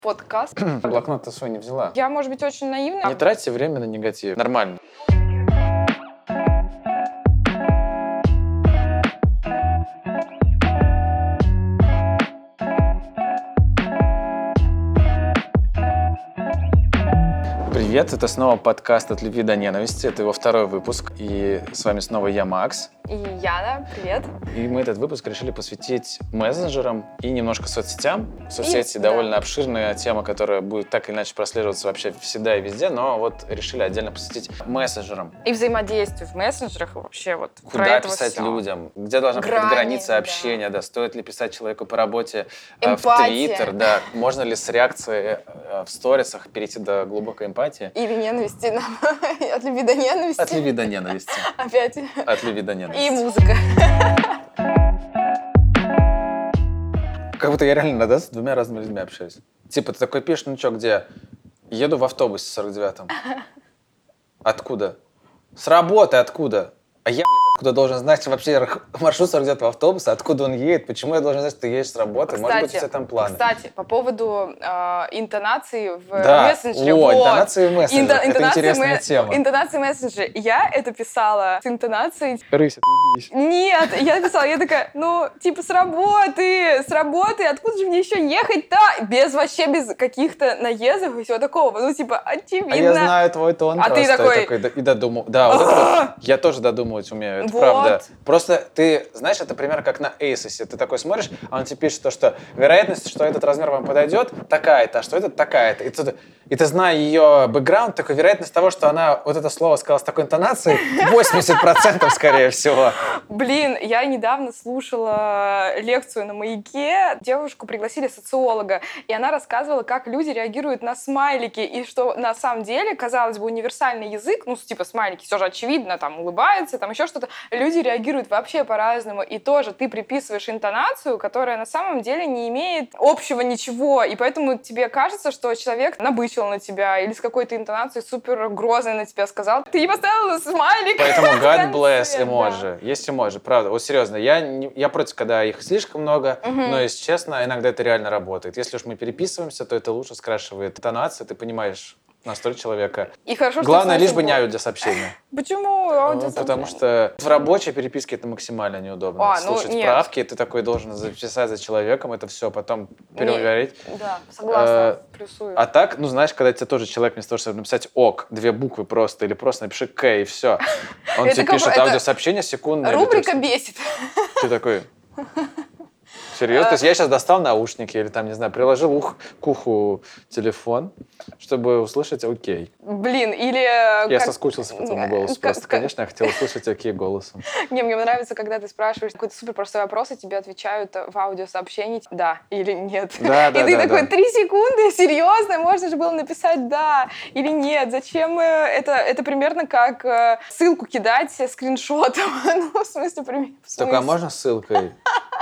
Подкаст. Блокнот-то свой не взяла. Я, может быть, очень наивна. Не тратьте время на негатив. Нормально. Привет, это снова подкаст «От любви до ненависти». Это его второй выпуск. И с вами снова я, Макс. И Яна, привет. И мы этот выпуск решили посвятить мессенджерам и немножко соцсетям. Соцсети довольно обширная тема, которая будет так или иначе прослеживаться вообще всегда и везде, но вот решили отдельно посвятить мессенджерам. И взаимодействию в мессенджерах вообще вот Куда писать людям, где должна быть граница общения, да, стоит ли писать человеку по работе в Твиттер, да, можно ли с реакцией в сторисах перейти до глубокой эмпатии. Или ненависти, от любви до ненависти. От любви до ненависти. Опять. От любви до ненависти. И музыка. Как будто я реально с двумя разными людьми общаюсь. Типа, ты такой пишешь, ну что, где? Еду в автобусе 49-м. Откуда? С работы откуда? А я, откуда должен знать вообще маршрут 49-го автобуса, откуда он едет, почему я должен знать, что ты едешь с работы? Кстати, может быть, у тебя там планы. Кстати, по поводу интонации в Да, мессенджере. интонации в мессенджере. Это интересная тема. Интонации в мессенджере. Я это писала с интонацией... Рысь, отъебись. Нет, я писала, я такая, с работы, откуда же мне еще ехать-то? Без каких-то наездов и всего такого. Очевидно. А я знаю твой тон а просто. Ты такой... И додумал. Да, вот это вот. Я тоже додумывать умею, это правда. Просто ты, знаешь, это примерно как на Asos. Ты такой смотришь, а он тебе пишет то, что вероятность, что этот размер вам подойдет, такая-то, а что этот такая-то. И ты, зная ее бэкграунд, такой вероятность того, что она вот это слово сказала с такой интонацией, 80% скорее всего. Блин, я недавно слушала лекцию на Маяке. Девушку пригласили социолога, и она рассказывала, как люди реагируют на смайлики, и что на самом деле, казалось бы, универсальный язык, смайлики, все же очевидно, там улыбается, там еще что-то, люди реагируют вообще по-разному, и тоже ты приписываешь интонацию, которая на самом деле не имеет общего ничего, и поэтому тебе кажется, что человек набычил на тебя или с какой-то интонацией супер грозной на тебя сказал. Ты не поставила смайлик. Поэтому God bless эмоджи. Есть эмоджи, правда. Вот серьезно, я против, когда их слишком много, но, если честно, иногда это реально работает. Если уж мы переписываемся, то это лучше скрашивает интонацию, ты понимаешь настрой человека. И хорошо, главное, лишь бы не аудиосообщение. Почему аудиосообщение? Потому что в рабочей переписке это максимально неудобно. Слушать правки, ты такой должен записать за человеком это все, потом переговорить. Да, согласна, плюсую. А так, знаешь, когда тебе тоже человек вместо того, чтобы написать ок, 2 буквы просто, или просто напиши к и все. Он тебе пишет аудиосообщение секундное. Рубрика бесит. Ты такой... Серьезно? То есть я сейчас достал наушники или там, не знаю, приложил к уху телефон, чтобы услышать окей. Блин, или... Я соскучился по твоему голосу просто. Конечно, я хотел услышать окей голосом. Не, мне нравится, когда ты спрашиваешь какой-то супер простой вопрос, и тебе отвечают в аудиосообщении да или нет. Да, и ты такой, 3 секунды, серьезно? Можно же было написать да или нет. Зачем это примерно как ссылку кидать скриншотом. В смысле, Только а можно ссылкой?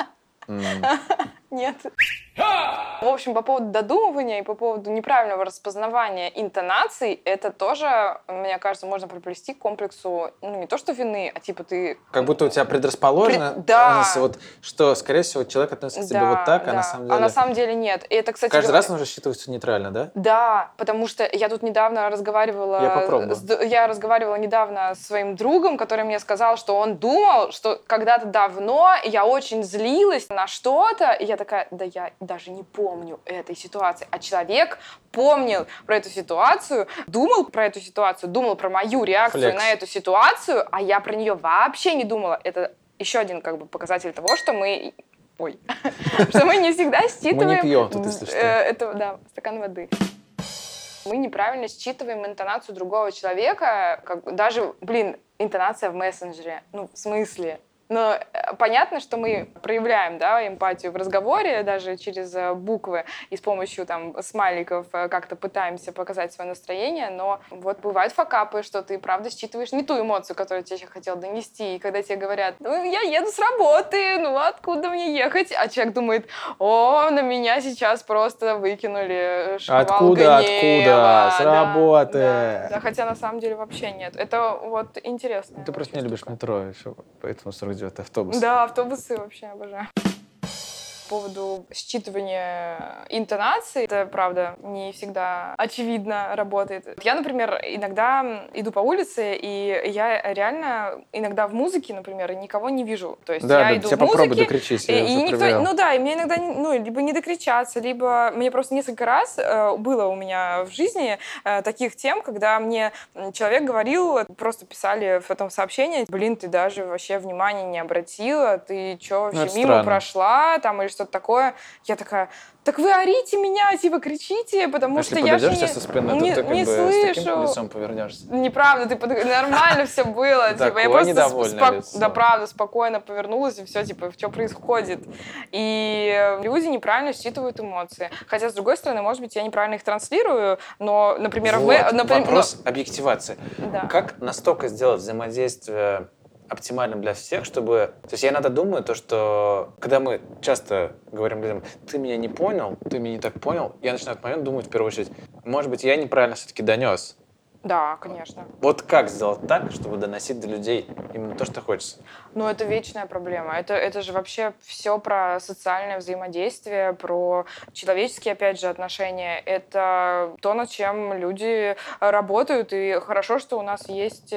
Нет. В общем, по поводу додумывания и по поводу неправильного распознавания интонаций, это тоже, мне кажется, можно приплести к комплексу, не то что вины, а типа ты... Как будто у тебя предрасположено, да. Что, скорее всего, человек относится к тебе вот так, а на самом деле... А на самом деле нет. И это, кстати... Каждый раз он уже считывается нейтрально, да? Да, потому что я тут недавно разговаривала... Я попробую. Я разговаривала недавно с своим другом, который мне сказал, что он думал, что когда-то давно я очень злилась на что-то, и я такая, да я даже не помню этой ситуации. А человек помнил про эту ситуацию, думал про эту ситуацию, думал про мою реакцию на эту ситуацию, а я про нее вообще не думала. Это еще один показатель того, что мы... что мы не всегда считываем... Мы не пьем тут, если что. Это, стакан воды. Мы неправильно считываем интонацию другого человека, даже, интонация в мессенджере. В смысле? Но понятно, что мы проявляем, эмпатию в разговоре, даже через буквы, и с помощью смайликов как-то пытаемся показать свое настроение, но вот бывают факапы, что ты, правда, считываешь не ту эмоцию, которую тебе хотел донести, и когда тебе говорят, я еду с работы, откуда мне ехать? А человек думает, на меня сейчас просто выкинули шквал гнева. Откуда? С работы. Да, хотя на самом деле вообще нет. Это интересно. Ты просто не любишь метро еще, поэтому 49-й автобус. Да, автобусы вообще обожаю. поводу считывания интонации. Это, правда, не всегда очевидно работает. Я, например, иногда иду по улице, и я реально иногда в музыке, например, никого не вижу. То есть я иду в музыке, попробуй докричись, и никто... И мне иногда либо не докричаться, либо мне просто несколько раз было у меня в жизни таких тем, когда мне человек говорил, просто писали в этом сообщении: блин, ты даже вообще внимания не обратила, ты что, вообще мимо прошла, там, или что-то такое. Я такая: так вы орите меня, типа кричите, потому что я же со спины, не слышу. С таким лицом повернешься. Неправда, нормально все было. Типа, я просто правда, спокойно повернулась, и все, типа, что происходит. И люди неправильно считывают эмоции. Хотя, с другой стороны, может быть, я неправильно их транслирую, но, например... Вопрос объективации. Да. Как настолько сделать взаимодействие оптимальным для всех, чтобы... То есть я иногда думаю, что когда мы часто говорим людям: ты меня не понял, ты меня не так понял, я начинаю в этот момент думать в первую очередь: может быть, я неправильно все-таки донес. Да, конечно. Вот как сделать так, чтобы доносить до людей именно то, что хочется? Ну, это вечная проблема. Это же вообще все про социальное взаимодействие, про человеческие, опять же, отношения. Это то, над чем люди работают. И хорошо, что у нас есть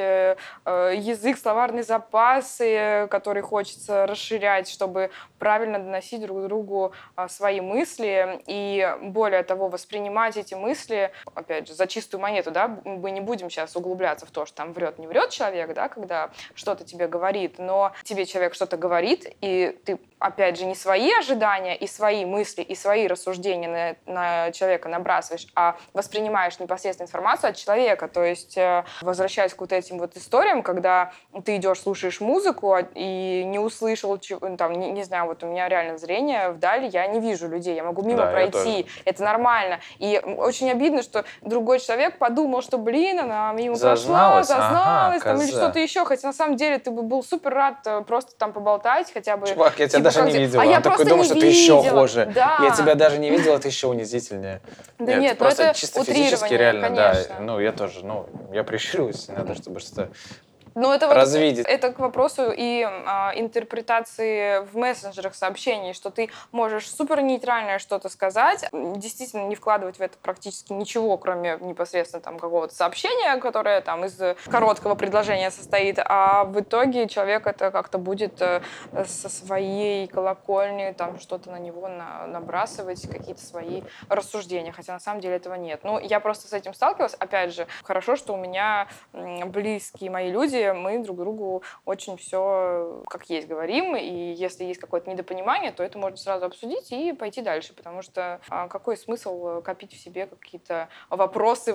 язык, словарный запас, который хочется расширять, чтобы правильно доносить друг другу свои мысли. И более того, воспринимать эти мысли, опять же, за чистую монету, да, мы не будем сейчас углубляться в то, что там врет, не врет человек, да, когда что-то тебе говорит, но тебе человек что-то говорит, и ты, опять же, не свои ожидания и свои мысли, и свои рассуждения на человека набрасываешь, а воспринимаешь непосредственно информацию от человека. То есть, возвращаясь к вот этим вот историям, когда ты идешь, слушаешь музыку и не услышал, там, не знаю, вот у меня реально зрение вдали, я не вижу людей, я могу мимо пройти, это нормально. И очень обидно, что другой человек подумал, что, блин, она мимо прошла, зазналась, там, или что-то еще, хотя на самом деле ты бы был супер рад просто там поболтать, хотя бы... Чувак, я тебя даже не видел. А я такой думал, что ты еще хуже. Да. Я тебя даже не видел, это еще унизительнее. Да нет, просто это чисто физически реально, конечно. Да. Ну, я тоже, я прищуриваюсь иногда, чтобы что-то... Но это развидеть. Это к вопросу и интерпретации в мессенджерах сообщений, что ты можешь супер нейтральное что-то сказать, действительно не вкладывать в это практически ничего, кроме непосредственно там какого-то сообщения, которое там из короткого предложения состоит, а в итоге человек это как-то будет со своей колокольни там что-то на него набрасывать, какие-то свои рассуждения, хотя на самом деле этого нет. Ну, я просто с этим сталкивалась. Опять же, хорошо, что у меня близкие мои люди, мы друг другу очень все как есть говорим, и если есть какое-то недопонимание, то это можно сразу обсудить и пойти дальше, потому что какой смысл копить в себе какие-то вопросы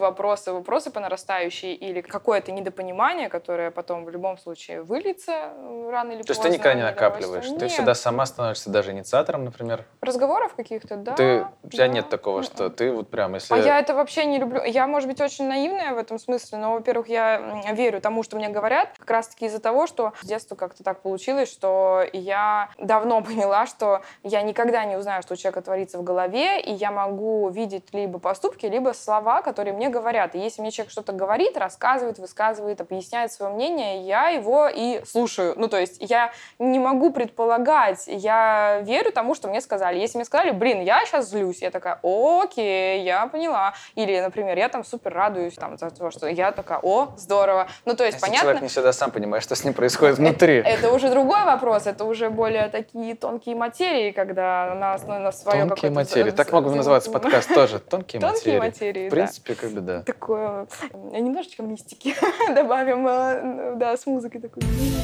по нарастающей, или какое-то недопонимание, которое потом в любом случае выльется рано или поздно. То есть ты никогда не накапливаешь? Нет. Ты всегда сама становишься даже инициатором, например? Разговоров каких-то, да. У тебя нет такого, что ты вот прям, если... А я это вообще не люблю. Я, может быть, очень наивная в этом смысле, но, во-первых, я верю тому, что мне говорят, как раз-таки из-за того, что с детства как-то так получилось, что я давно поняла, что я никогда не узнаю, что у человека творится в голове, и я могу видеть либо поступки, либо слова, которые мне говорят. И если мне человек что-то говорит, рассказывает, высказывает, объясняет свое мнение, я его и слушаю. Ну, то есть я не могу предполагать, я верю тому, что мне сказали. Если мне сказали: блин, я сейчас злюсь, я такая: окей, я поняла. Или, например, я там супер радуюсь там, за то, что я такая: о, здорово. Ну, то есть, понятно... Человек не всегда сам понимает, что с ним происходит внутри. Это уже другой вопрос, это уже более такие тонкие материи, когда на свое какое-то... Тонкие материи, так мог бы называться подкаст тоже. Тонкие материи. Тонкие материи, в принципе, как бы да. Такое, немножечко мистики добавим, да, с музыкой такой.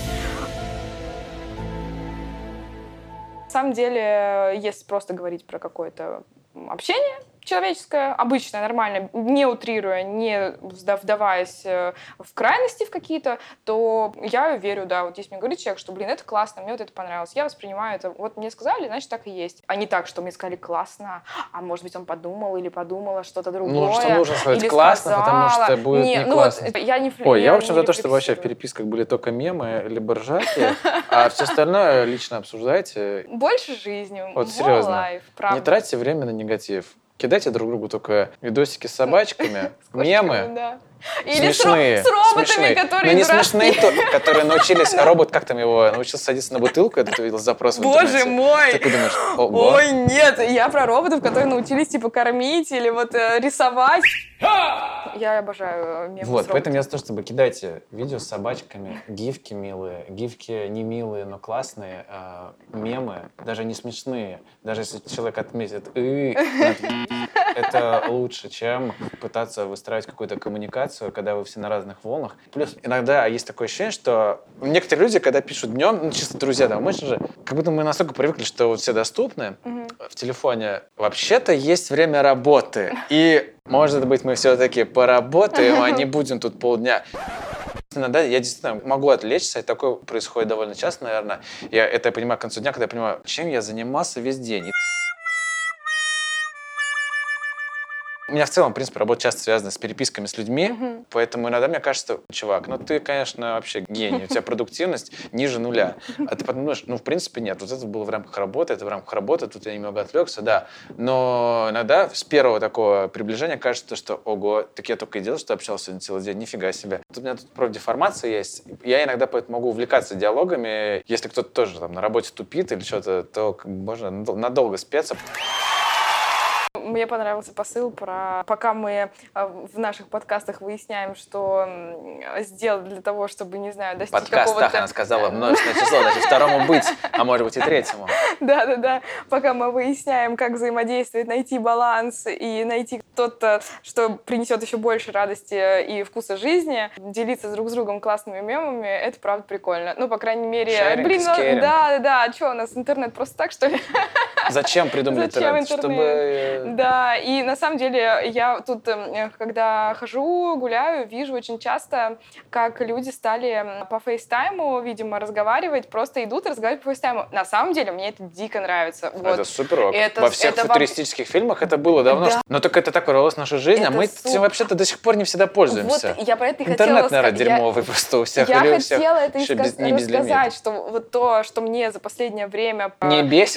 На самом деле, если просто говорить про какое-то общение человеческое, обычное, нормальное, не утрируя, не вдаваясь в крайности в какие-то, то я верю, да, вот если мне говорит человек, что, блин, это классно, мне вот это понравилось, я воспринимаю это, вот мне сказали, значит, так и есть. А не так, что мне сказали классно, а может быть, он подумал или подумала что-то другое. Ну, что нужно сказать классно, потому что будет не классно. Вот, я в общем, за то, чтобы вообще в переписках были только мемы, либо ржаки, а все остальное лично обсуждайте. Больше жизни, вот серьезно. Правда. Не тратьте время на негатив. Кидайте друг другу только видосики с собачками, мемы. Или смешные. С роботами, смешные. которые Но не дурацкие. смешные, которые научились... Робот, как там его, научился садиться на бутылку, это ты видел запрос в интернете. Боже мой! Ты думаешь, ого. Ой, нет, я про роботов, которые научились, типа, кормить или вот рисовать. Я обожаю мемы Вот, с поэтому я роботами. за то, чтобы кидайте видео с собачками, гифки милые, гифки не милые, но классные, мемы, даже не смешные, даже если человек отметит это лучше, чем пытаться выстраивать какую-то коммуникацию, когда вы все на разных волнах. Плюс иногда есть такое ощущение, что некоторые люди, когда пишут днем, ну, чисто друзья, да, мы же, как будто мы настолько привыкли, что вот все доступны в телефоне. Вообще-то есть время работы. И, может быть, мы все-таки поработаем, а не будем тут полдня. Иногда я действительно могу отвлечься, и такое происходит довольно часто, наверное. Я понимаю к концу дня, когда я понимаю, чем я занимался весь день. У меня в целом, в принципе, работа часто связана с переписками с людьми, поэтому иногда мне кажется, чувак, ну ты, конечно, вообще гений, у тебя продуктивность ниже нуля. А ты подумаешь, ну, в принципе, нет, вот это было в рамках работы, это в рамках работы, тут я немного отвлекся, да. Но иногда с первого такого приближения кажется, что, ого, так я только и делал, что общался сегодня целый день, нифига себе. У меня тут профдеформация есть, я иногда поэтому могу увлекаться диалогами, если кто-то тоже там на работе тупит или что-то, то можно надолго спеться. Мне понравился посыл про... Пока мы в наших подкастах выясняем, что сделать для того, чтобы, не знаю, достичь какого-то... В подкастах она сказала множественное число, значит, второму быть, а может быть и третьему. Да. Пока мы выясняем, как взаимодействовать, найти баланс и найти что-то, что принесет еще больше радости и вкуса жизни, делиться друг с другом классными мемами, это правда прикольно. Ну, по крайней мере... Sharing is caring. Да. Что, у нас интернет просто так, что ли? Зачем придумали интернет? Чтобы... Да, и на самом деле я тут, когда хожу, гуляю, вижу очень часто, как люди стали по фейстайму, видимо, разговаривать, просто идут и разговаривают по фейстайму. На самом деле мне это дико нравится. Вот. Это супер ок. Во всех футуристических фильмах это было давно. Да. Но только это так ворвалось в нашу жизнь, а мы этим вообще-то до сих пор не всегда пользуемся. Вот я про это и интернет, хотела наверное, сказать. дерьмовый просто у всех. Я или у всех хотела это не рассказать, что вот то, что мне за последнее время... Не бесит.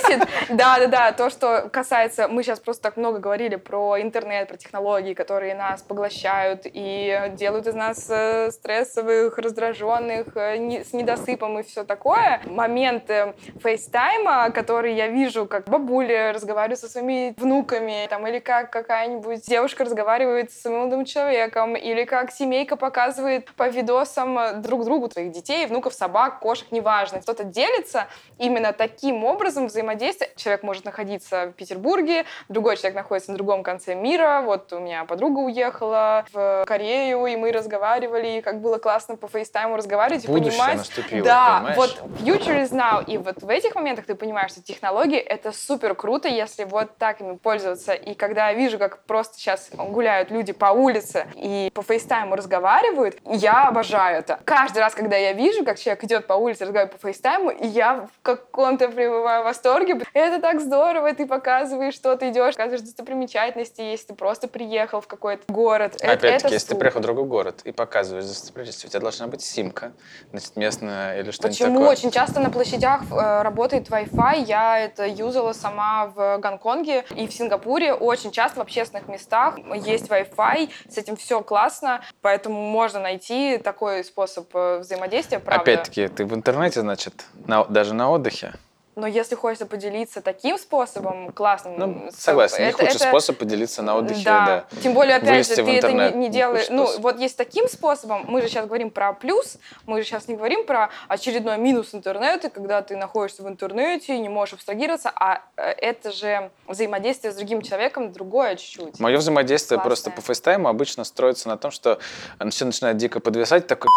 Да, то, что касается... Мы сейчас просто так много говорили про интернет, про технологии, которые нас поглощают и делают из нас стрессовых, раздраженных, с недосыпом и все такое. Момент фейстайма, который я вижу, как бабуля разговаривает со своими внуками, там, или как какая-нибудь девушка разговаривает с своим молодым человеком, или как семейка показывает по видосам друг другу своих детей, внуков, собак, кошек, неважно. Кто-то делится именно таким образом взаимодействия. Человек может находиться в Петербурге, другой человек находится на другом конце мира. Вот у меня подруга уехала в Корею, и мы разговаривали, и как было классно по фейстайму разговаривать и будущее понимать... наступило, да, понимаешь? вот future is now. И вот в этих моментах ты понимаешь, что технологии — это супер круто, если вот так ими пользоваться. И когда я вижу, как просто сейчас гуляют люди по улице и по фейстайму разговаривают, я обожаю это. Каждый раз, когда я вижу, как человек идет по улице, разговаривает по фейстайму, и я в каком-то пребываю восторге. Это так здорово, ты показываешь, что ты идешь, показываешь достопримечательности, если ты просто приехал в какой-то город. Опять-таки, если ты приехал в другой город и показываешь достопримечательности, у тебя должна быть симка, значит, местная или что-нибудь такое. Почему? Очень часто на площадях работает Wi-Fi. Я это юзала сама в Гонконге и в Сингапуре. Очень часто в общественных местах есть Wi-Fi. С этим все классно, поэтому можно найти такой способ взаимодействия, правда. Опять-таки, ты в интернете, значит, даже на отдыхе. Но если хочется поделиться таким способом, классным... Ну, согласен, не худший способ поделиться на отдыхе, да. Тем более, опять вылезти же, ты это не делаешь... Ну, способ. вот есть таким способом, мы же сейчас говорим про плюс, мы же сейчас не говорим про очередной минус интернета, когда ты находишься в интернете и не можешь абстрагироваться, а это же взаимодействие с другим человеком другое чуть-чуть. Мое взаимодействие классное. просто по фейстайму обычно строится на том, что все начинает дико подвисать, такой,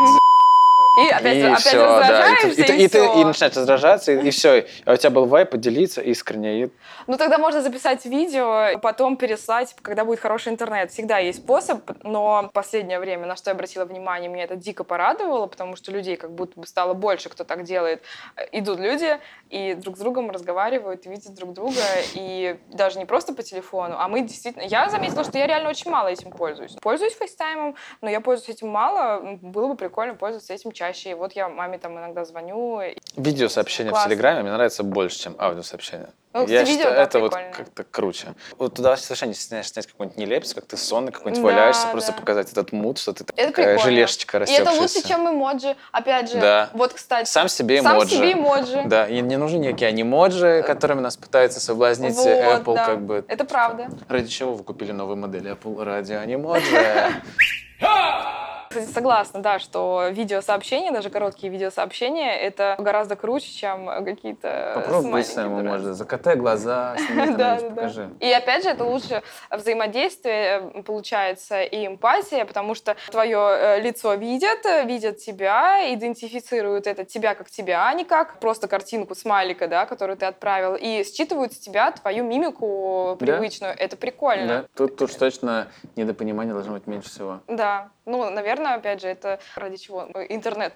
И опять всё, раздражаешься, да. И ты начинаешь раздражаться, и все. А у тебя был вайб поделиться искренне. И... Ну, тогда можно записать видео, потом переслать, когда будет хороший интернет. Всегда есть способ, но в последнее время, на что я обратила внимание, меня это дико порадовало, потому что людей как будто бы стало больше, кто так делает. Идут люди и друг с другом разговаривают, видят друг друга, и даже не просто по телефону, а мы действительно... Я заметила, что я реально очень мало этим пользуюсь. Пользуюсь фейстаймом, но я пользуюсь этим мало, было бы прикольно пользоваться этим чаще. чаще. И вот я маме там иногда звоню. Видеосообщения в Телеграме мне нравится больше, чем аудиосообщения. Ну, Я видео, считаю, да, это вот прикольно. как-то круче. Вот туда совершенно не стесняешься снять какой-нибудь нелепец, как ты сонный какой-нибудь валяешься, просто показать этот мут, что ты такая желешечка растёкшаяся. И это лучше, чем эмоджи. Опять же, да. вот, кстати. Сам себе эмоджи. Да, и не нужны никакие анимоджи, которыми нас пытается соблазнить вот, Apple. Да. Как бы. Это правда. Ради чего вы купили новую модель Apple? Ради анимоджи. Кстати, согласна, да, что видеосообщения, даже короткие видеосообщения, это гораздо круче, чем какие-то попробуй самому, может, закатай глаза, сними, покажи. И опять же, это лучше взаимодействие получается и эмпатия, потому что твое лицо видят тебя, идентифицируют это тебя как тебя, а не как просто картинку смайлика, да, которую ты отправил, и считывают с тебя твою мимику привычную. Да? Это прикольно. Да, тут уж точно недопонимания должно быть меньше всего. Да, ну, наверное, опять же, это ради чего? Интернет.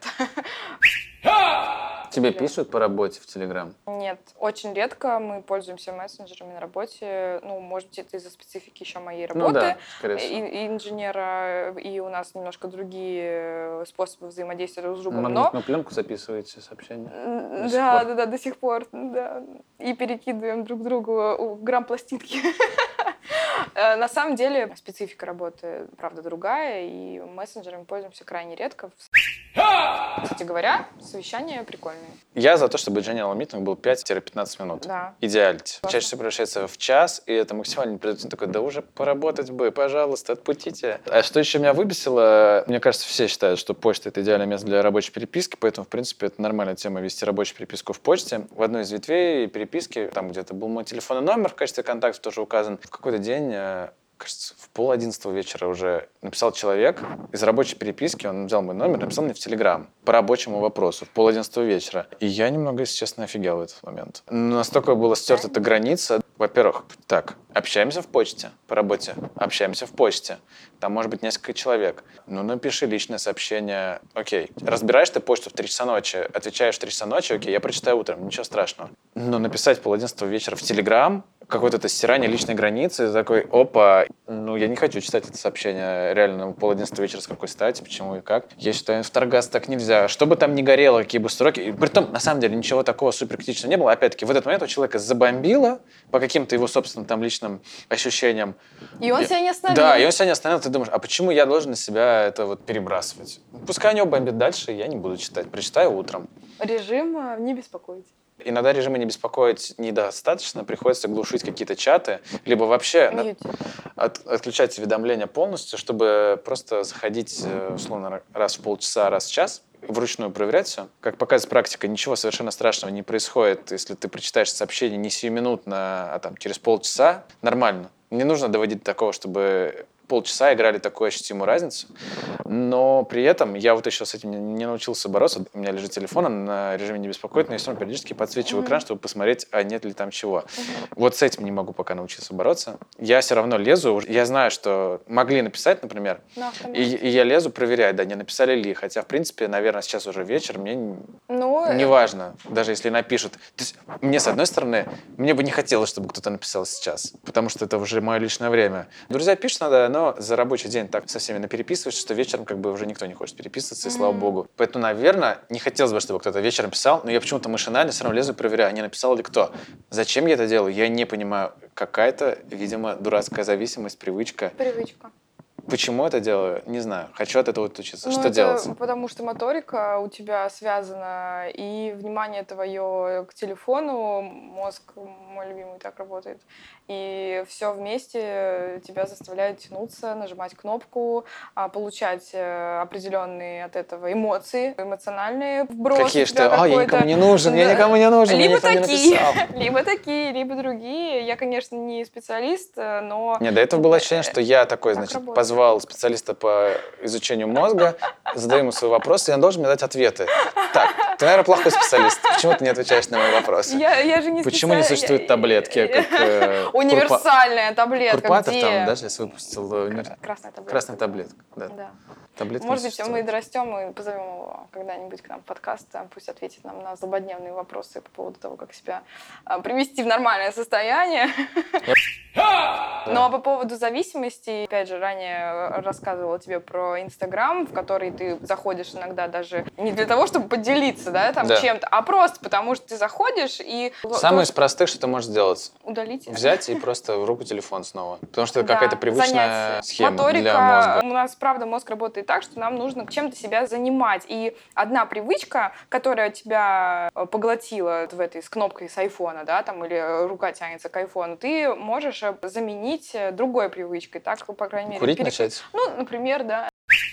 Тебе пишут по работе в Телеграм? Нет, очень редко мы пользуемся мессенджерами на работе. Ну, может быть, это из-за специфики еще моей работы. Ну да, скорее всего. И инженера, и у нас немножко другие способы взаимодействия друг с другом. Магнитную пленку записываете сообщения? Да, до сих пор. Да. И перекидываем друг другу грамм-пластинки. На самом деле специфика работы, правда, другая, и мессенджерами пользуемся крайне редко. Кстати говоря, совещания прикольные. Я за то, чтобы General Meeting был 5-15 минут. Да. Идеалити. Чаще всего превращается в час, и это максимально продуктивно. Такой, да уже поработать бы, пожалуйста, отпустите. А что еще меня выбесило, мне кажется, все считают, что почта — это идеальное место для рабочей переписки, поэтому, в принципе, это нормальная тема вести рабочую переписку в почте. В одной из ветвей переписки, там где-то был мой телефонный номер в качестве контактов тоже указан. В какой-то день, кажется, в 10:30 вечера уже написал человек из рабочей переписки, он взял мой номер, написал мне в Телеграм по рабочему вопросу в 10:30 вечера. И я немного, если честно, офигел в этот момент. Настолько была стерта эта граница. Во-первых, так, общаемся в почте по работе, общаемся в почте. Там может быть несколько человек. Ну, напиши личное сообщение. Окей, разбираешь ты почту в 3 часа ночи, отвечаешь в 3 часа ночи, окей, я прочитаю утром, ничего страшного. Но написать в 10:30 вечера в Телеграм, какое-то это стирание личной границы, такой, опа, ну, я не хочу читать это сообщение реально в 10:30 вечера, с какой стати, почему и как. Я считаю, вторгаться так нельзя. Что бы там ни горело, какие бы сроки. И притом, на самом деле, ничего такого суперкритичного не было. Опять-таки, в этот момент у человека забомбило по каким-то его собственным там личным ощущениям. И он себя не остановил. Да, и он себя не остановил. Ты думаешь, а почему я должен на себя это вот перебрасывать? Пускай у него бомбит дальше, я не буду читать. Прочитаю утром. Режим не беспокоить. Иногда режимы не беспокоить недостаточно, приходится глушить какие-то чаты, либо вообще отключать уведомления полностью, чтобы просто заходить, условно, раз в полчаса, раз в час, вручную проверять все. Как показывает практика, ничего совершенно страшного не происходит, если ты прочитаешь сообщение не сиюминутно, а там через полчаса, нормально. Не нужно доводить до такого, чтобы полчаса играли такую ощутимую разницу. Но при этом я вот еще с этим не научился бороться. У меня лежит телефон, он на режиме не беспокоит, но я все равно периодически подсвечиваю экран, чтобы посмотреть, а нет ли там чего. Вот с этим не могу пока научиться бороться. Я все равно лезу. Я знаю, что могли написать, например, и я лезу проверять, да, не написали ли. Хотя, в принципе, наверное, сейчас уже вечер, мне не важно, даже если напишут. То есть, мне, с одной стороны, мне бы не хотелось, чтобы кто-то написал сейчас, потому что это уже мое личное время. Друзья пишут надо, но за рабочий день так со всеми напереписываешься, что вечером как бы уже никто не хочет переписываться, и слава богу. Поэтому, наверное, не хотелось бы, чтобы кто-то вечером писал, но я почему-то машинально все равно лезу и проверяю, не написал ли кто. Зачем я это делаю, я не понимаю. Какая-то, видимо, дурацкая зависимость, привычка. Почему это делаю? Не знаю. Хочу от этого отучиться. Что делать? Потому что моторика у тебя связана, и внимание твое к телефону, мозг, мой любимый, так работает. И все вместе тебя заставляет тянуться, нажимать кнопку, получать определенные от этого эмоции, эмоциональные вбросы. Какие что? Я никому не нужен, я никому не нужен, либо я никому не написал. Либо такие, либо другие. Я, конечно, не специалист, но... Нет, до этого было ощущение, что я такой, значит, позвал специалиста по изучению мозга, задаю ему свои вопросы, и он должен мне дать ответы. Так, ты, наверное, плохой специалист. Почему ты не отвечаешь на мои вопросы? Я же не Почему не существуют таблетки, как... Универсальная таблетка. Курпатов там, да, сейчас выпустил... Красная таблетка. Красная таблетка, да. Таблетки может быть, мы дорастем и позовем его когда-нибудь к нам в подкаст, пусть ответит нам на злободневные вопросы по поводу того, как себя привести в нормальное состояние. Ну а по поводу зависимости, опять же, ранее рассказывала тебе про Инстаграм, в который ты заходишь иногда даже не для того, чтобы поделиться, да, там чем-то, а просто потому, что ты заходишь и... Самое из простых, что ты можешь сделать. Удалить. Взять и просто в руку телефон снова. Потому что это какая-то привычная схема для мозга. У нас, правда, мозг работает так, что нам нужно чем-то себя занимать. И одна привычка, которая тебя поглотила в этой с кнопкой с айфона, да, там, или рука тянется к айфону, ты можешь заменить другой привычкой. Так, по крайней мере... Курить начать? Ну, например, да.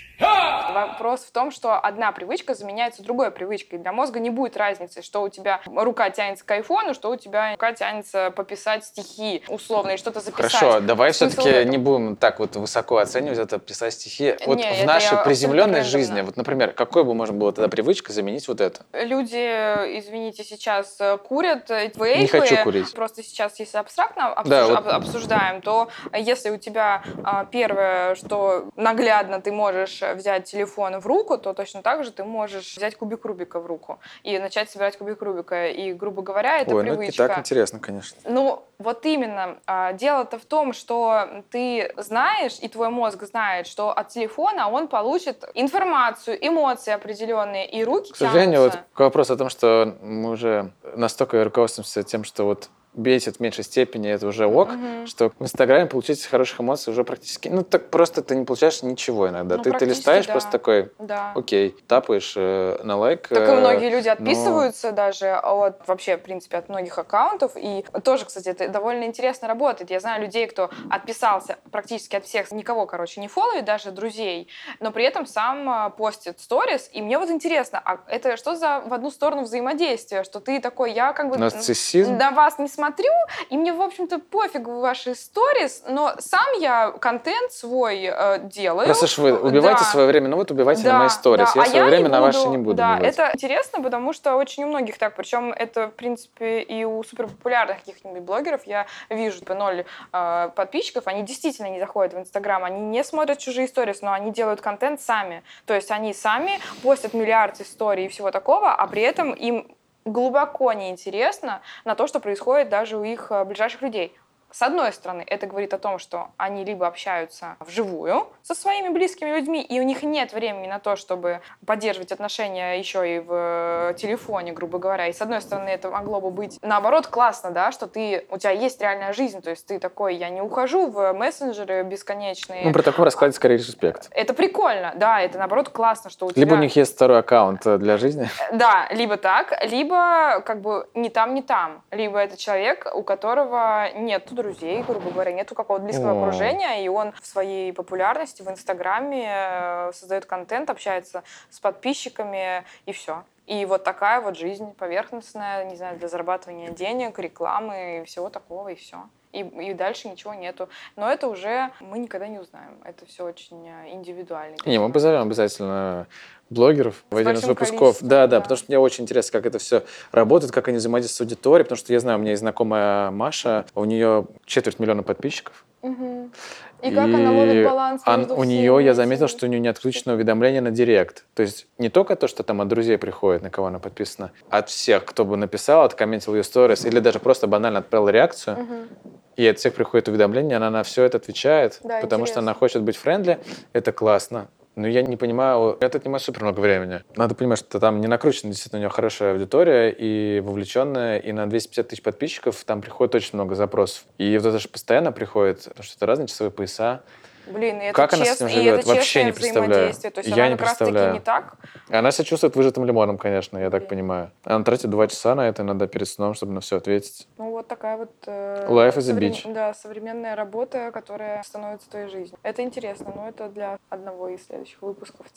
Вопрос в том, что одна привычка заменяется другой привычкой. Для мозга не будет разницы, что у тебя рука тянется к айфону, что у тебя рука тянется пописать стихи условно и что-то записать. Хорошо, давай все-таки не будем так вот высоко оценивать это, писать стихи. Вот в нашей приземленной жизни, вот, например, какой бы можно было тогда привычкой заменить вот это? Люди, извините, сейчас курят вейпы. Не хочу курить. Просто сейчас, если абстрактно обсуждаем, то если у тебя первое, что наглядно ты можешь взять телефон в руку, то точно так же ты можешь взять кубик Рубика в руку и начать собирать кубик Рубика. И, грубо говоря, это привычка. Ну это так интересно, конечно. Ну, вот именно. Дело-то в том, что ты знаешь, и твой мозг знает, что от телефона он получит информацию, эмоции определенные, и руки тянутся. К сожалению, вот к вопросу о том, что мы уже настолько руководствуемся тем, что вот бесит в меньшей степени, это уже ок, что в Инстаграме получить хороших эмоций уже практически... Ну, так просто ты не получаешь ничего иногда. Ты листаешь просто такой, окей, тапаешь на лайк. Так и многие люди отписываются даже от, вообще, в принципе, от многих аккаунтов. И тоже, кстати, это довольно интересно работает. Я знаю людей, кто отписался практически от всех, никого, короче, не фолловит, даже друзей, но при этом сам постит сторис. И мне вот интересно, а это что за в одну сторону взаимодействие? Что ты такой, я как бы... Нарциссизм? На вас не смотрю, и мне, в общем-то, пофигу ваши сторис, но сам я контент свой делаю. Просто ж вы убивайте свое время, ну вот убивайте на мои сторис. Я свое время на ваши не буду убивать. Это интересно, потому что очень у многих так, причем это, в принципе, и у суперпопулярных каких-нибудь блогеров я вижу, типа 0 подписчиков, они действительно не заходят в Инстаграм, они не смотрят чужие сторис, но они делают контент сами. То есть они сами постят миллиард историй и всего такого, а при этом им глубоко неинтересно на то, что происходит даже у их ближайших людей. С одной стороны, это говорит о том, что они либо общаются вживую со своими близкими людьми, и у них нет времени на то, чтобы поддерживать отношения еще и в телефоне, грубо говоря. И с одной стороны, это могло бы быть наоборот классно, да, что у тебя есть реальная жизнь, то есть ты такой, я не ухожу в мессенджеры бесконечные. Ну, при таком раскладе скорее респект. Это прикольно, да, это наоборот классно, что у тебя... Либо у них есть второй аккаунт для жизни. Да, либо так, либо как бы ни там, ни там. Либо это человек, у которого нет друзей, грубо говоря, нету какого-то близкого окружения, и он в своей популярности в Инстаграме создает контент, общается с подписчиками, и все. И вот такая вот жизнь поверхностная, не знаю, для зарабатывания денег, рекламы и всего такого, и все. И дальше ничего нету. Но это уже мы никогда не узнаем. Это все очень индивидуально. Не, мы позовем обязательно блогеров в один из выпусков. Да, потому что мне очень интересно, как это все работает, как они взаимодействуют с аудиторией, потому что я знаю, у меня есть знакомая Маша, у нее 250 000 подписчиков. Угу. И как она ловит баланс между у нее, я заметил, что у нее не отключено уведомление на директ. То есть не только то, что там от друзей приходит, на кого она подписана, от всех, кто бы написал, откомментил ее сторис, или даже просто банально отправил реакцию, и от всех приходит уведомление, она на все это отвечает, потому что она хочет быть френдли, это классно. Но я не понимаю, это отнимает супер много времени. Надо понимать, что там не накручена действительно у нее хорошая аудитория и вовлеченная, и на 250 000 подписчиков там приходит очень много запросов. И вот это же постоянно приходит, потому что это разные часовые пояса. Блин, и это как она с этим живет? Вообще не представляю. То есть я не представляю. Не так? Она себя чувствует выжатым лимоном, конечно, я так понимаю. Она тратит 2 часа на это, надо перед сном, чтобы на все ответить. Ну вот такая вот Life is a bitch. Да, современная работа, которая становится твоей жизнью. Это интересно, но это для одного из следующих выпусков.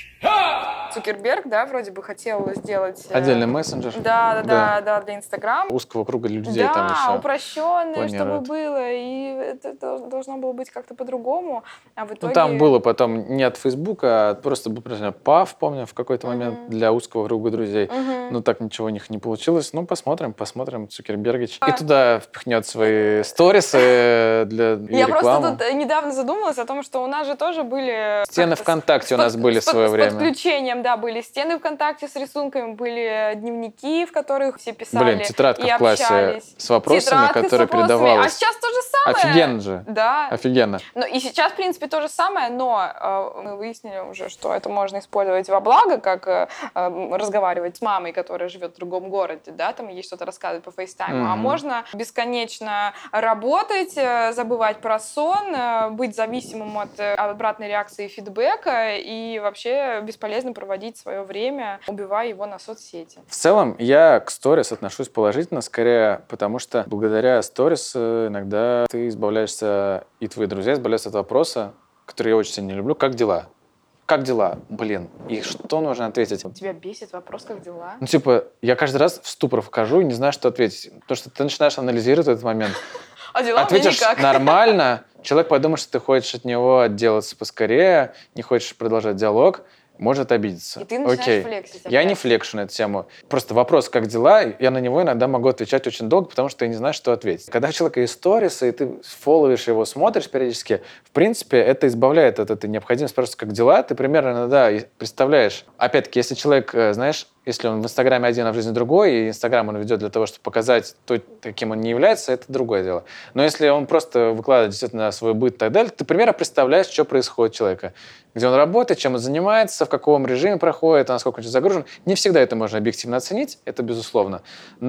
Цукерберг, да, вроде бы хотел сделать... Отдельный мессенджер. Да, для Инстаграма. Узкого круга людей там еще. Да, упрощенное, чтобы было, и это должно было быть как-то по-другому. А в итоге... Ну, там было потом не от Фейсбука, а просто был, например, ПАВ, помню, в какой-то момент для узкого круга друзей. Ну, так ничего у них не получилось. Ну, посмотрим, Цукербергич. И туда впихнет свои сторисы для рекламы. Я просто тут недавно задумалась о том, что у нас же тоже были... Стены ВКонтакте у нас были в свое время. С подключением, да, были стены ВКонтакте с рисунками, были дневники, в которых все писали. Блин, тетрадка и в классе общались. с вопросами, Тетрадка которые с вопросами. передавалась. А сейчас то же самое. Офигенно же. Да. Офигенно. Ну, и сейчас, в принципе, то же самое, но мы выяснили уже, что это можно использовать во благо, как разговаривать с мамой, которая живет в другом городе, да, там ей что-то рассказывать по фейстайму, а можно бесконечно работать, забывать про сон, быть зависимым от обратной реакции и фидбэка и вообще бесполезно проводить свое время, убивая его на соцсети. В целом, я к сторис отношусь положительно, скорее, потому что благодаря сторис иногда ты избавляешься, и твои друзья избавляются от вопроса, который я очень сильно не люблю: как дела? Как дела? Блин, и что нужно ответить? Тебя бесит вопрос, как дела? Ну, типа, я каждый раз в ступор вхожу и не знаю, что ответить. Потому что ты начинаешь анализировать этот момент. А дела ответишь никак. Нормально, человек подумает, что ты хочешь от него отделаться поскорее, не хочешь продолжать диалог, может обидеться. И ты начинаешь флексить опять. Я не флекшу на эту тему. Просто вопрос, как дела, я на него иногда могу отвечать очень долго, потому что я не знаю, что ответить. Когда у человека есть сторисы, и ты фолловишь его, смотришь периодически, в принципе, это избавляет от этой необходимости спрашивать, как дела. Ты примерно иногда представляешь. Опять-таки, если человек, знаешь, если он в Инстаграме один, а в жизни другой, и Инстаграм он ведет для того, чтобы показать то, каким он не является, это другое дело. Но если он просто выкладывает действительно свой быт и так далее, ты примерно представляешь, что происходит у человека. Где он работает, чем он занимается, в каком режиме проходит, насколько он загружен. Не всегда это можно объективно оценить, это безусловно.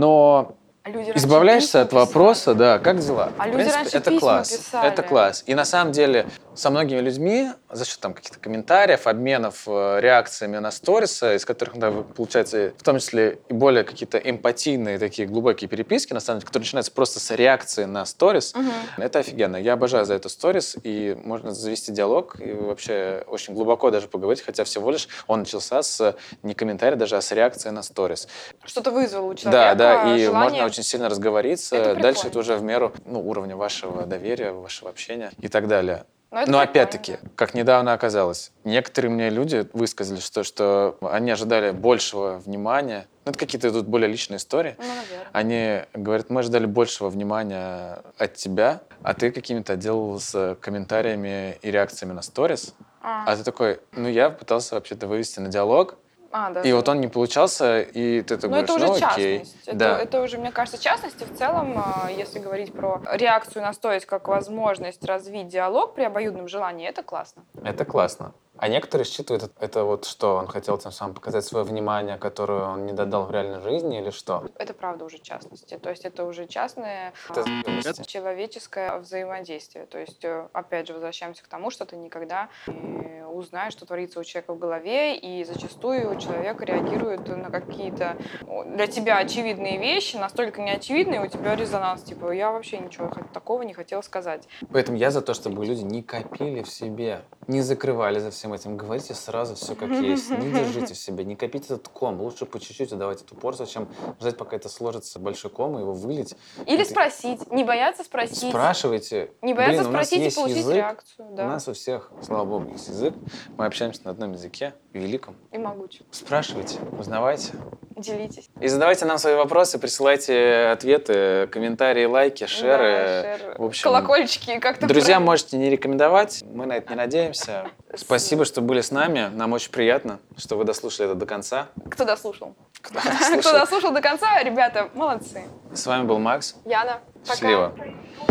Но избавляешься от вопроса, да, как дела? А в люди принципе, раньше это письма класс. писали. Это класс. И на самом деле со многими людьми за счет там каких-то комментариев, обменов реакциями на сторисы, из которых иногда получается в том числе и более какие-то эмпатийные такие глубокие переписки, на самом деле, которые начинаются просто с реакции на сторис, это офигенно. Я обожаю за это сторис, и можно завести диалог и вообще очень глубоко даже поговорить, хотя всего лишь он начался с не комментария даже, а с реакции на сторис. Что-то вызвало у человека. Да, и желание... можно очень сильно разговориться. Дальше это уже в меру уровня вашего доверия, вашего общения и так далее. Но опять-таки, как недавно оказалось, некоторые мне люди высказали, что они ожидали большего внимания. Ну, это какие-то тут более личные истории. Ну, наверное. Они говорят, мы ожидали большего внимания от тебя, а ты какими-то отделал с комментариями и реакциями на сторис. А ты такой, я пытался вообще-то вывести на диалог, и вот он не получался, и ты такой говоришь, это уже окей. частность. Это уже, мне кажется, частность. И в целом, если говорить про реакцию на сторис как возможность развить диалог при обоюдном желании, это классно. Это классно. А некоторые считывают это вот что? Он хотел тем самым показать свое внимание, которое он не додал в реальной жизни, или что? Это правда уже частности. То есть это уже частное человеческое взаимодействие. То есть, опять же, возвращаемся к тому, что ты никогда не узнаешь, что творится у человека в голове, и зачастую человек реагирует на какие-то для тебя очевидные вещи, настолько неочевидные, у тебя резонанс. Типа, я вообще ничего такого не хотела сказать. Поэтому я за то, чтобы люди не копили в себе, не закрывали за всем этим. Говорите сразу все как есть. Не держите в себе, не копите этот ком. Лучше по чуть-чуть отдавать эту порцию, чем ждать, пока это сложится большой ком, и его вылить. Или спросить. Не бояться спросить. Спрашивайте. Не бояться спросить и получить реакцию. Да. У нас у всех, слава богу, есть язык. Мы общаемся на одном языке, великом. И могучем. Спрашивайте, узнавайте. Делитесь. И задавайте нам свои вопросы, присылайте ответы, комментарии, лайки, шеры. Да, в общем, колокольчики как-то. Друзья, можете не рекомендовать, мы на это не надеемся. Спасибо, что были с нами. Нам очень приятно, что вы дослушали это до конца. Кто дослушал? Кто дослушал до конца, ребята, молодцы. С вами был Макс. Яна. Счастливо. Пока.